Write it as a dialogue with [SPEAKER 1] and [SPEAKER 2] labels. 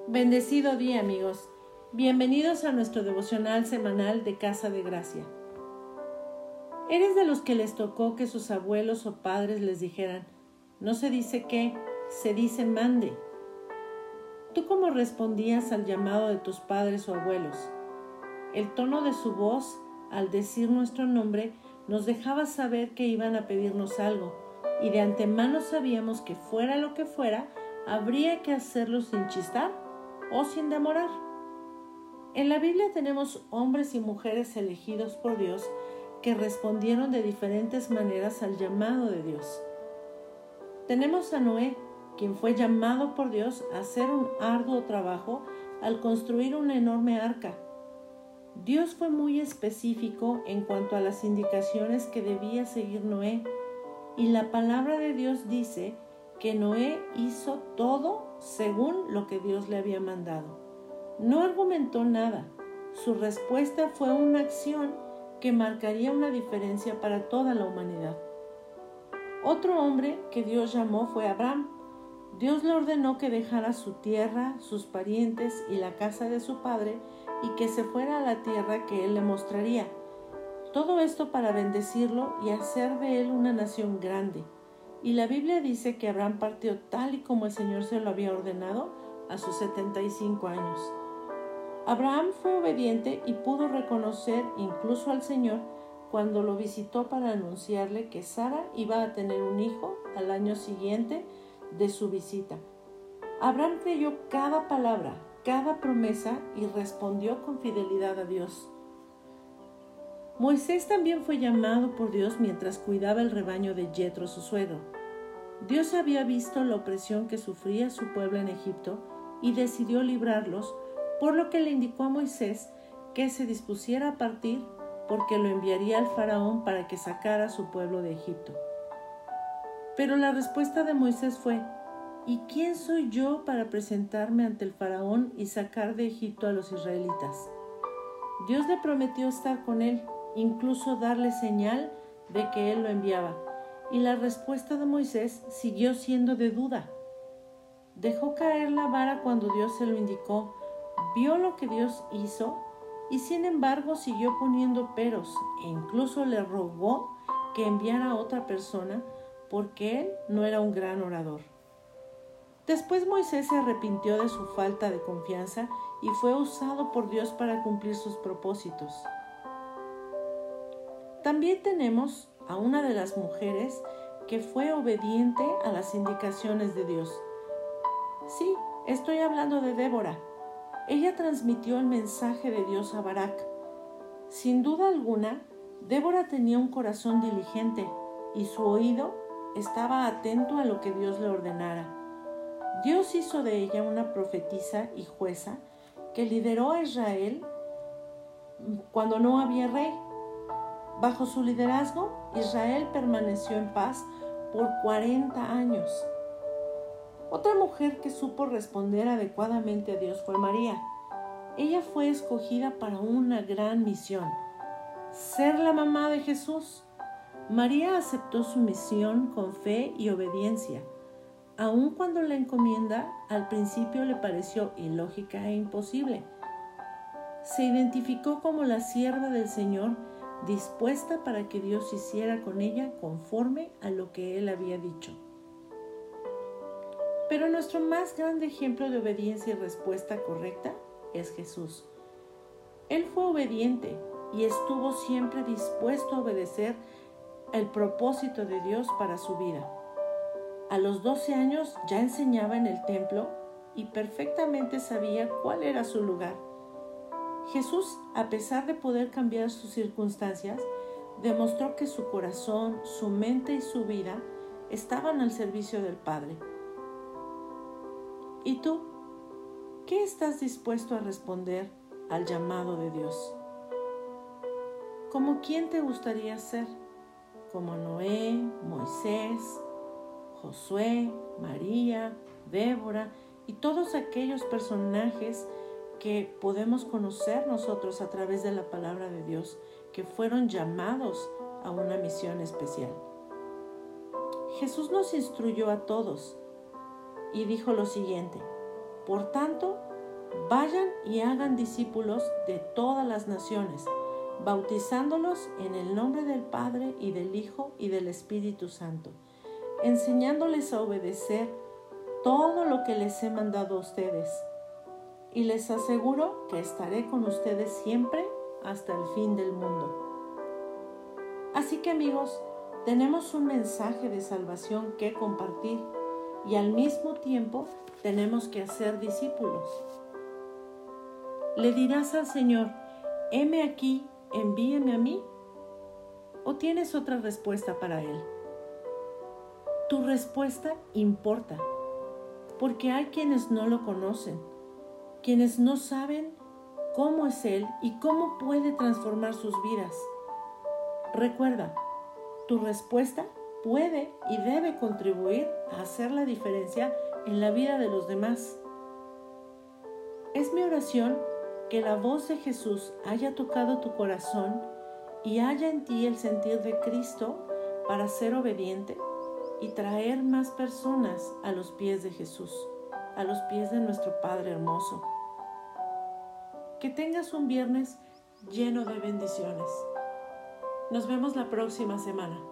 [SPEAKER 1] Bendecido día, amigos. Bienvenidos a nuestro devocional semanal de Casa de Gracia. ¿Eres de los que les tocó que sus abuelos o padres les dijeran, no se dice qué, se dice mande? ¿Tú cómo respondías al llamado de tus padres o abuelos? El tono de su voz, al decir nuestro nombre, nos dejaba saber que iban a pedirnos algo, y de antemano sabíamos que fuera lo que fuera, habría que hacerlo sin chistar o sin demorar. En la Biblia tenemos hombres y mujeres elegidos por Dios que respondieron de diferentes maneras al llamado de Dios. Tenemos a Noé, quien fue llamado por Dios a hacer un arduo trabajo al construir una enorme arca. Dios fue muy específico en cuanto a las indicaciones que debía seguir Noé, y la palabra de Dios dice que Noé hizo todo según lo que Dios le había mandado. No argumentó nada. Su respuesta fue una acción que marcaría una diferencia para toda la humanidad. Otro hombre que Dios llamó fue Abraham. Dios le ordenó que dejara su tierra, sus parientes y la casa de su padre y que se fuera a la tierra que él le mostraría. Todo esto para bendecirlo y hacer de él una nación grande. Y la Biblia dice que Abraham partió tal y como el Señor se lo había ordenado a sus 75 años. Abraham fue obediente y pudo reconocer incluso al Señor cuando lo visitó para anunciarle que Sara iba a tener un hijo al año siguiente de su visita. Abraham creyó cada palabra, cada promesa y respondió con fidelidad a Dios. Moisés también fue llamado por Dios mientras cuidaba el rebaño de Jetro, su suegro. Dios había visto la opresión que sufría su pueblo en Egipto y decidió librarlos, por lo que le indicó a Moisés que se dispusiera a partir porque lo enviaría al faraón para que sacara a su pueblo de Egipto. Pero la respuesta de Moisés fue, ¿y quién soy yo para presentarme ante el faraón y sacar de Egipto a los israelitas? Dios le prometió estar con él, incluso darle señal de que él lo enviaba, y la respuesta de Moisés siguió siendo de duda. Dejó caer la vara cuando Dios se lo indicó, vio lo que Dios hizo y sin embargo siguió poniendo peros e incluso le rogó que enviara a otra persona porque él no era un gran orador. Después Moisés se arrepintió de su falta de confianza y fue usado por Dios para cumplir sus propósitos. También tenemos a una de las mujeres que fue obediente a las indicaciones de Dios. Sí, estoy hablando de Débora. Ella transmitió el mensaje de Dios a Barak. Sin duda alguna, Débora tenía un corazón diligente y su oído estaba atento a lo que Dios le ordenara. Dios hizo de ella una profetisa y jueza que lideró a Israel cuando no había rey. Bajo su liderazgo, Israel permaneció en paz por 40 años. Otra mujer que supo responder adecuadamente a Dios fue María. Ella fue escogida para una gran misión, ser la mamá de Jesús. María aceptó su misión con fe y obediencia, aun cuando la encomienda al principio le pareció ilógica e imposible. Se identificó como la sierva del Señor, dispuesta para que Dios hiciera con ella conforme a lo que Él había dicho. Pero nuestro más grande ejemplo de obediencia y respuesta correcta es Jesús. Él fue obediente y estuvo siempre dispuesto a obedecer el propósito de Dios para su vida. A los 12 años ya enseñaba en el templo y perfectamente sabía cuál era su lugar. Jesús, a pesar de poder cambiar sus circunstancias, demostró que su corazón, su mente y su vida estaban al servicio del Padre. ¿Y tú? ¿Qué estás dispuesto a responder al llamado de Dios? ¿Cómo quién te gustaría ser? ¿Como Noé, Moisés, Josué, María, Débora y todos aquellos personajes que podemos conocer nosotros a través de la palabra de Dios, que fueron llamados a una misión especial? Jesús nos instruyó a todos y dijo lo siguiente: por tanto, Vayan y hagan discípulos de todas las naciones, bautizándolos en el nombre del Padre y del Hijo y del Espíritu Santo, enseñándoles a obedecer todo lo que les he mandado a ustedes. Y les aseguro que estaré con ustedes siempre hasta el fin del mundo. Así que amigos, tenemos un mensaje de salvación que compartir y al mismo tiempo tenemos que hacer discípulos. ¿Le dirás al Señor, heme aquí, envíeme a mí? ¿O tienes otra respuesta para Él? Tu respuesta importa, porque hay quienes no lo conocen, quienes no saben cómo es Él y cómo puede transformar sus vidas. Recuerda, tu respuesta puede y debe contribuir a hacer la diferencia en la vida de los demás. Es mi oración que la voz de Jesús haya tocado tu corazón y haya en ti el sentir de Cristo para ser obediente y traer más personas a los pies de Jesús, a los pies de nuestro Padre hermoso. Que tengas un viernes lleno de bendiciones. Nos vemos la próxima semana.